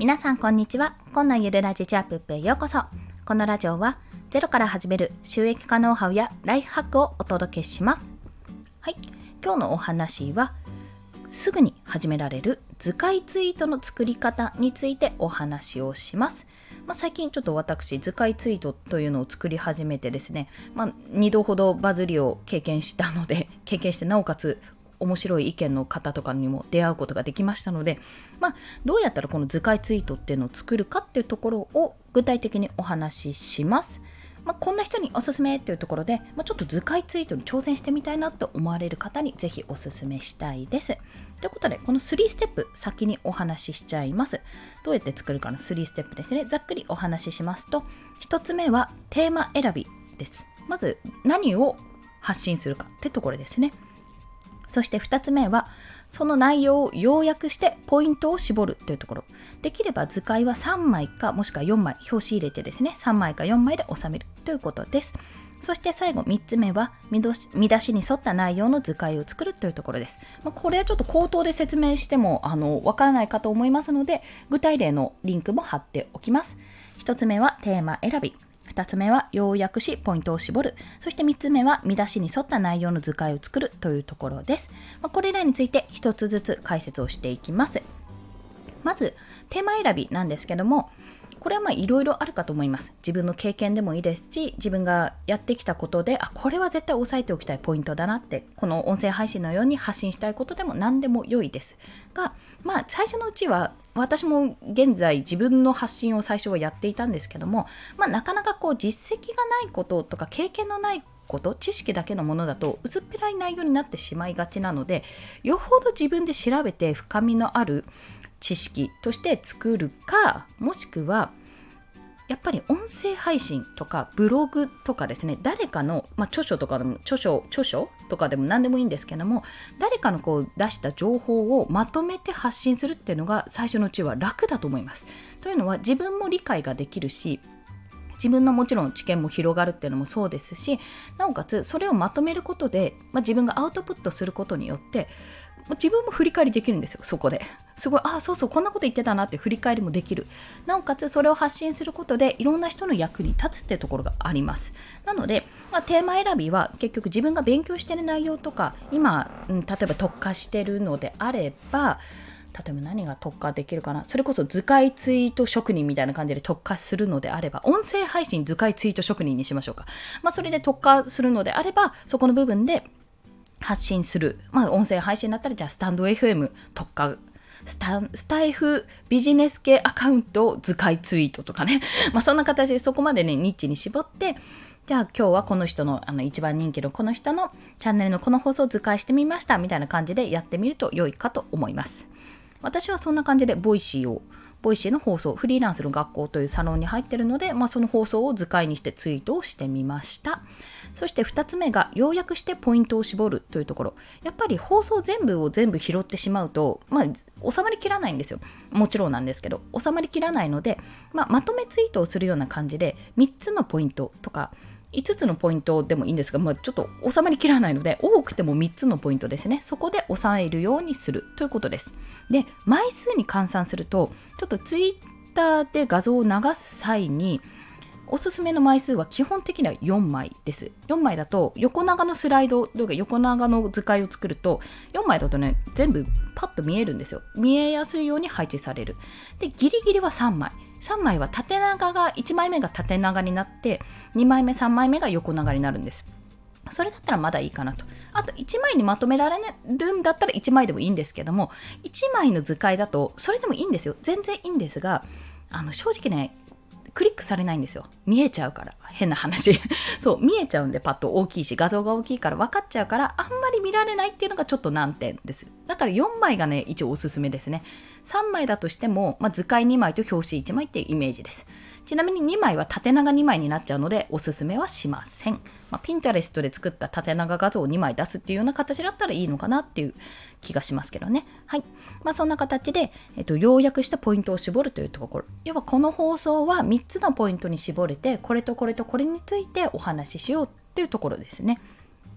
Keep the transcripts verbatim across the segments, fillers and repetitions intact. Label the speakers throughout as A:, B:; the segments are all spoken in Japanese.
A: 皆さんこんにちは。今のゆるラジチャップップへようこそ。このラジオはゼロから始める収益化ノウハウやライフハックをお届けします。はい、今日のお話はすぐに始められる図解ツイートの作り方についてお話をします。まあ、最近ちょっと私図解ツイートというのを作り始めてですね、まあ、にどほどバズりを経験したので経験してなおかつ面白い意見の方とかにも出会うことができましたので、まあ、どうやったらこの図解ツイートっていうのを作るかっていうところを具体的にお話しします。まあ、こんな人におすすめっていうところで、まあ、ちょっと図解ツイートに挑戦してみたいなと思われる方にぜひおすすめしたいです。ということでこのさんステップ先にお話ししちゃいます。どうやって作るかのさんステップですね。ざっくりお話ししますと、ひとつめはテーマ選びです。まず何を発信するかってところですね。そしてふたつめはその内容を要約してポイントを絞るというところ。できれば図解はさんまいかもしくはよんまい、表紙入れてですね、さんまいかよんまいで収めるということです。そして最後みっつめは見出し、見出しに沿った内容の図解を作るというところです。まあ、これはちょっと口頭で説明してもあのわからないかと思いますので、具体例のリンクも貼っておきます。ひとつめはテーマ選び。ふたつめは要約しポイントを絞る。そしてみっつめは見出しに沿った内容の図解を作るというところです。まあ、これらについてひとつずつ解説をしていきます。まずテーマ選びなんですけども、これはまあいろいろあるかと思います。自分の経験でもいいですし、自分がやってきたことで、あ、これは絶対押さえておきたいポイントだなって、この音声配信のように発信したいことでも何でも良いですが、まあ最初のうちは私も現在自分の発信を最初はやっていたんですけども、まあなかなかこう実績がないこととか経験のないこと、知識だけのものだと薄っぺらい内容になってしまいがちなので、よほど自分で調べて深みのある知識として作るか、もしくはやっぱり音声配信とかブログとかですね、誰かの、まあ、著書とかでも著書著書とかでも何でもいいんですけども、誰かのこう出した情報をまとめて発信するっていうのが最初のうちは楽だと思います。というのは自分も理解ができるし、自分のもちろん知見も広がるっていうのもそうですし、なおかつそれをまとめることで、まあ、自分がアウトプットすることによって自分も振り返りできるんですよ。そこですごい、あ、そうそう、こんなこと言ってたなって振り返りもできる。なおかつそれを発信することでいろんな人の役に立つっていうところがあります。なので、まあ、テーマ選びは結局自分が勉強している内容とか今、うん、例えば特化しているのであれば、例えば何が特化できるかな、それこそ図解ツイート職人みたいな感じで特化するのであれば、音声配信図解ツイート職人にしましょうか。まあ、それで特化するのであれば、そこの部分で発信する。まあ、音声配信だったら、じゃあスタンド エフエム 特化、スタ、スタイフビジネス系アカウント図解ツイートとかね。まあ、そんな形でそこまでね、ニッチに絞って、じゃあ今日はこの人の、あの一番人気のこの人のチャンネルのこの放送を図解してみましたみたいな感じでやってみると良いかと思います。私はそんな感じでボイシーをボイシーの放送、フリーランスの学校というサロンに入っているので、まあ、その放送を図解にしてツイートをしてみました。そしてふたつめが要約してポイントを絞るというところ。やっぱり放送全部を全部拾ってしまうと、まあ、収まりきらないんですよ。もちろんなんですけど、収まりきらないので、まあ、まとめツイートをするような感じでみっつのポイントとかいつつのポイントでもいいんですが、まあ、ちょっと収まりきらないので、多くてもみっつのポイントですね。そこで抑えるようにするということです。で、枚数に換算すると、ちょっとツイッターで画像を流す際に、おすすめの枚数は基本的にはよんまいです。よんまいだと横長のスライドというか横長の図解を作ると、よんまいだとね、全部パッと見えるんですよ。見えやすいように配置される。で、ギリギリはさんまい。さんまいは縦長が、いちまいめが縦長になって、にまいめ、さんまいめが横長になるんです。それだったらまだいいかなと。あといちまいにまとめられるんだったらいちまいでもいいんですけども、いちまいの図解だとそれでもいいんですよ。全然いいんですが、あの正直ね、クリックされないんですよ。見えちゃうから。変な話。そう、見えちゃうんで、パッと大きいし、画像が大きいから分かっちゃうから、あんまり見られないっていうのがちょっと難点です。だからよんまいがね、一応おすすめですね。さんまいだとしても、まあ、図解にまいと表紙いちまいっていうイメージです。ちなみににまいは縦長にまいになっちゃうので、おすすめはしません。まあ、Pinterest で作った縦長画像をにまい出すっていうような形だったらいいのかなっていう気がしますけどね。はい。まあ、そんな形で、えっと、要約したポイントを絞るというところ。要はこの放送はみっつのポイントに絞れて、これとこれとこれについてお話ししようっていうところですね。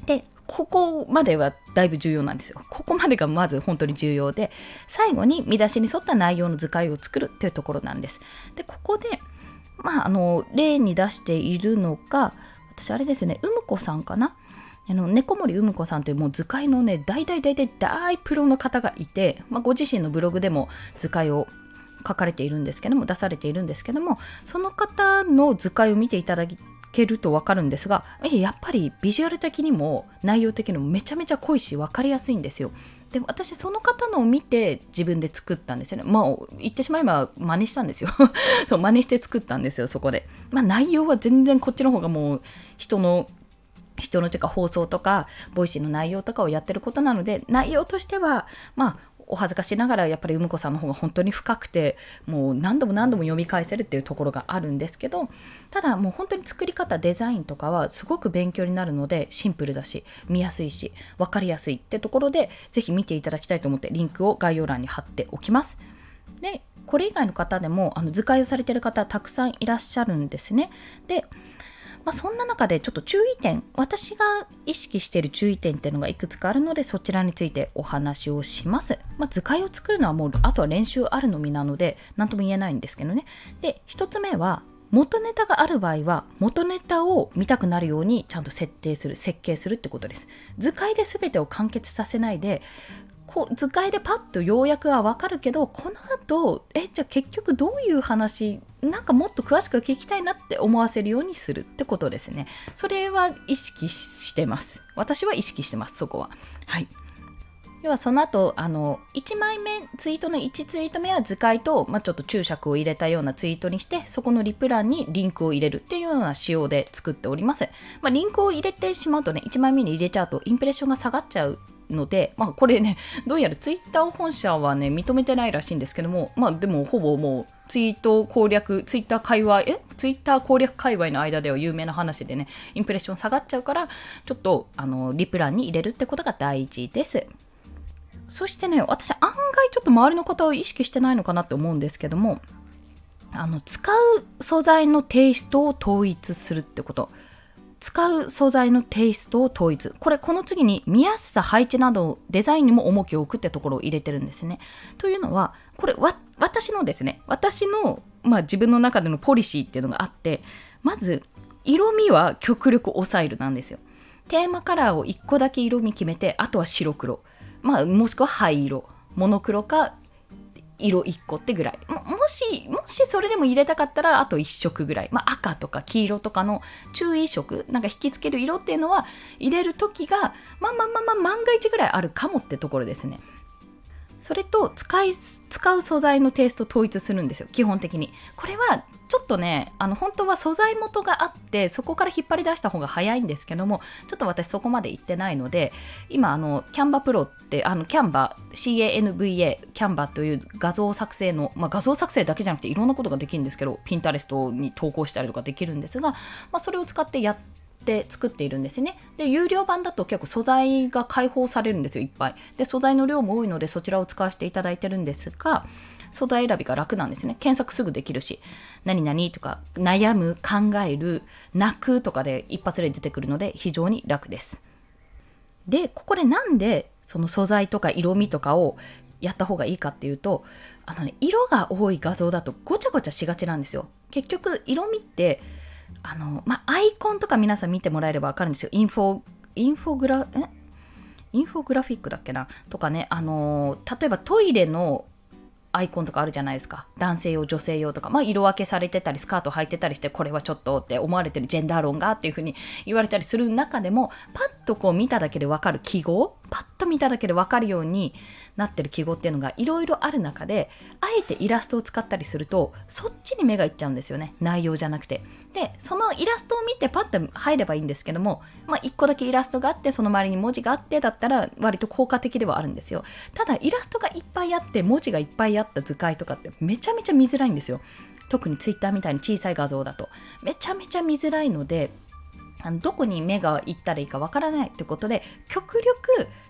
A: でここまではだいぶ重要なんですよ。ここまでがまず本当に重要で、最後に見出しに沿った内容の図解を作るっていうところなんです。でここで、まあ、あの例に出しているのが、私あれですね、うむこさんかな、あの猫森うむこさんというもう図解のね大大大大大プロの方がいて、まあ、ご自身のブログでも図解を書かれているんですけども、出されているんですけども、その方の図解を見ていただけると分かるんですが、やっぱりビジュアル的にも内容的にもめちゃめちゃ濃いし分かりやすいんですよ。で私その方のを見て自分で作ったんですよね。まあ言ってしまえば真似したんですよそう真似して作ったんですよ。そこで、まあ、内容は全然こっちの方がもう人の人のというか放送とかボイシーの内容とかをやってることなので、内容としてはまあお恥ずかしながらやっぱりうむこさんの方が本当に深くて、もう何度も何度も読み返せるっていうところがあるんですけど、ただもう本当に作り方デザインとかはすごく勉強になるので、シンプルだし見やすいし分かりやすいってところで、ぜひ見ていただきたいと思ってリンクを概要欄に貼っておきます。でこれ以外の方でもあの図解をされている方たくさんいらっしゃるんですね。でまあ、そんな中でちょっと注意点、私が意識している注意点っていうのがいくつかあるので、そちらについてお話をします。まあ、図解を作るのはもうあとは練習あるのみなので何とも言えないんですけどね。で一つ目は、元ネタがある場合は元ネタを見たくなるようにちゃんと設定する設計するってことです。図解で全てを完結させないで、こう図解でパッと要約はわかるけど、この後えじゃあ結局どういう話、なんかもっと詳しく聞きたいなって思わせるようにするってことですね。それは意識してます。私は意識してます、そこは。はい。要はその後あのいちまいめツイートのいちツイート目は図解と、まあ、ちょっと注釈を入れたようなツイートにして、そこのリプ欄にリンクを入れるっていうような仕様で作っております。まあ、リンクを入れてしまうとね、いちまいめに入れちゃうとインプレッションが下がっちゃうので、まあ、これねどうやらツイッター本社はね認めてないらしいんですけども、まあでもほぼもうツイート攻略、ツイッター界隈えツイッター攻略界隈の間では有名な話でね、インプレッション下がっちゃうから、ちょっとあのリプ欄に入れるってことが大事です。そしてね、私案外ちょっと周りの方を意識してないのかなって思うんですけども、あの使う素材のテイストを統一するってこと。使う素材のテイストを統一、これこの次に見やすさ、配置などデザインにも重きを置くってところを入れてるんですね。というのは、これわ私のですね私の、まあ、自分の中でのポリシーっていうのがあって、まず色味は極力抑えるなんですよ。テーマカラーをいっこだけ色味決めて、あとは白黒、まあ、もしくは灰色、モノクロか色いっこってぐらい、 も, もしもしそれでも入れたかったらあといっ色ぐらい、まあ、赤とか黄色とかの注意色、なんか引きつける色っていうのは入れる時がまあまあまあまあ万が一ぐらいあるかもってところですね。それと使い使う素材のテイストを統一するんですよ、基本的に。これはちょっとね、あの本当は素材元があってそこから引っ張り出した方が早いんですけども、ちょっと私そこまで行ってないので、今あのキャンバプロってあのキャンバ シーエーエヌブイエー キャンバという画像作成の、まあ、画像作成だけじゃなくていろんなことができるんですけど、ピンタレストに投稿したりとかできるんですが、まあ、それを使ってやってで作っているんですね。で有料版だと結構素材が開放されるんですよ、いっぱいで。素材の量も多いのでそちらを使わせていただいてるんですが、素材選びが楽なんですね。検索すぐできるし、何々とか悩む、考える、泣くとかで一発で出てくるので非常に楽です。でここでなんでその素材とか色味とかをやった方がいいかっていうと、あのね、色が多い画像だとごちゃごちゃしがちなんですよ。結局色味ってあの、まあ、アイコンとか皆さん見てもらえれば分かるんですよ。インフォインフォグラえインフォグラフィックだっけなとかね、あの例えばトイレのアイコンとかあるじゃないですか。男性用女性用とか、まあ、色分けされてたりスカート履いてたりして、これはちょっとって思われてるジェンダー論がっていう風に言われたりする中でも、パッとこう見ただけで分かる記号、パッと見ただけで分かるようになってる記号っていうのがいろいろある中で、あえてイラストを使ったりするとそっちに目がいっちゃうんですよね、内容じゃなくて。でそのイラストを見てパッと入ればいいんですけども、まあ、いっこだけイラストがあってその周りに文字があってだったら割と効果的ではあるんですよ。ただイラストがいっぱいあって文字がいっぱいあった図解とかってめちゃめちゃ見づらいんですよ。特にツイッターみたいに小さい画像だとめちゃめちゃ見づらいので、あのどこに目がいったらいいかわからないってことで、極力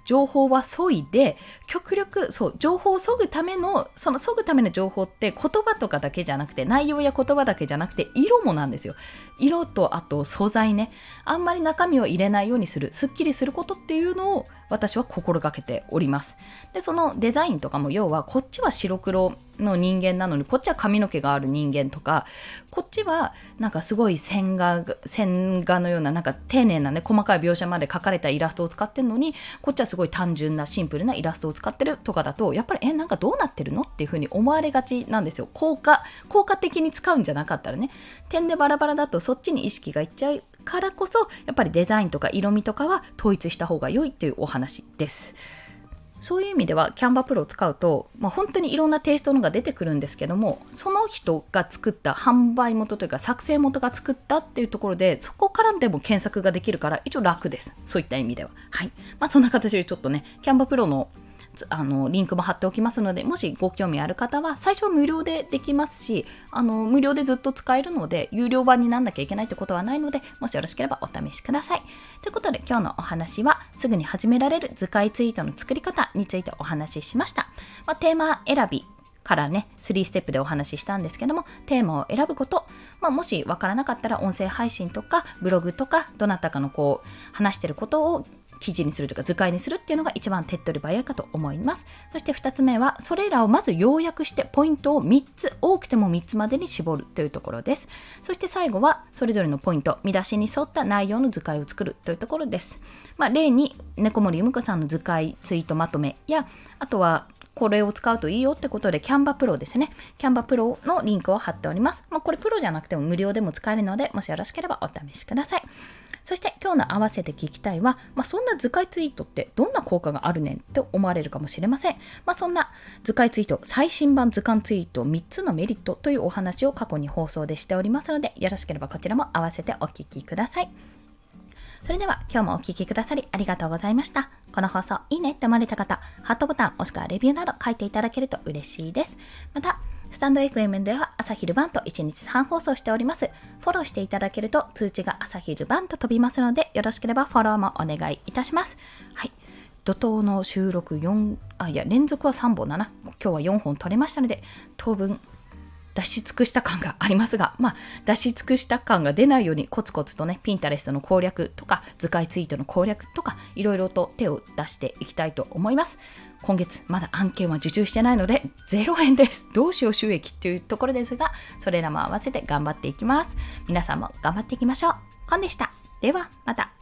A: 情報は削いで、極力そう情報を削ぐためのその削ぐための情報って言葉とかだけじゃなくて、内容や言葉だけじゃなくて色もなんですよ。色とあと素材ね、あんまり中身を入れないようにする、すっきりすることっていうのを私は心がけております。で、そのデザインとかも、要はこっちは白黒の人間なのにこっちは髪の毛がある人間とか、こっちはなんかすごい線画線画のようななんか丁寧なね細かい描写まで描かれたイラストを使ってるのに、こっちはすごい単純なシンプルなイラストを使ってるとかだと、やっぱりえなんかどうなってるのっていう風に思われがちなんですよ。効果効果的に使うんじゃなかったらね、点でバラバラだとそっちに意識がいっちゃうからこそ、やっぱりデザインとか色味とかは統一した方が良いというお話です。そういう意味ではキャンバプロを使うと、まあ、本当にいろんなテイストのが出てくるんですけども、その人が作った販売元というか作成元が作ったっていうところで、そこからでも検索ができるから一応楽です。そういった意味では、はい、まあ、そんな形でちょっとねキャンバプロのあのリンクも貼っておきますので、もしご興味ある方は最初は無料でできますし、あの無料でずっと使えるので、有料版になんなきゃいけないってことはないので、もしよろしければお試しください。ということで今日のお話は、すぐに始められる図解ツイートの作り方についてお話ししました。まあ、テーマ選びからねさんステップでお話ししたんですけども、テーマを選ぶこと、まあ、もしわからなかったら音声配信とかブログとかどなたかのこう話してることを記事にするとか図解にするっていうのが一番手っ取り早いかと思います。そしてふたつめは、それらをまず要約してポイントをみっつ、多くてもみっつまでに絞るというところです。そして最後はそれぞれのポイント、見出しに沿った内容の図解を作るというところです。まあ、例に猫森ゆむこさんの図解ツイートまとめや、あとはこれを使うといいよってことでキャンバプロですね。キャンバプロのリンクを貼っております。まあ、これプロじゃなくても無料でも使えるので、もしよろしければお試しください。そして今日の合わせて聞きたいは、まあ、そんな図解ツイートってどんな効果があるねんと思われるかもしれません。まあ、そんな図解ツイート、最新版図鑑ツイートみっつのメリットというお話を過去に放送でしておりますので、よろしければこちらも合わせてお聞きください。それでは今日もお聞きくださりありがとうございました。この放送いいねって思われた方、ハートボタンもしくはレビューなど書いていただけると嬉しいです。またスタンド エフエム では朝昼晩といちにちさん放送しております。フォローしていただけると通知が朝昼晩と飛びますので、よろしければフォローもお願いいたします。はい、怒涛の収録よん、あ、いや連続はさんぼんだな。今日はよんほん取れましたので、当分出し尽くした感がありますが、まあ、出し尽くした感が出ないようにコツコツとね、ピンタレストの攻略とか図解ツイートの攻略とかいろいろと手を出していきたいと思います。今月まだ案件は受注してないのでゼロえんです。どうしよう収益っていうところですが、それらも合わせて頑張っていきます。皆さんも頑張っていきましょう。コンでした。ではまた。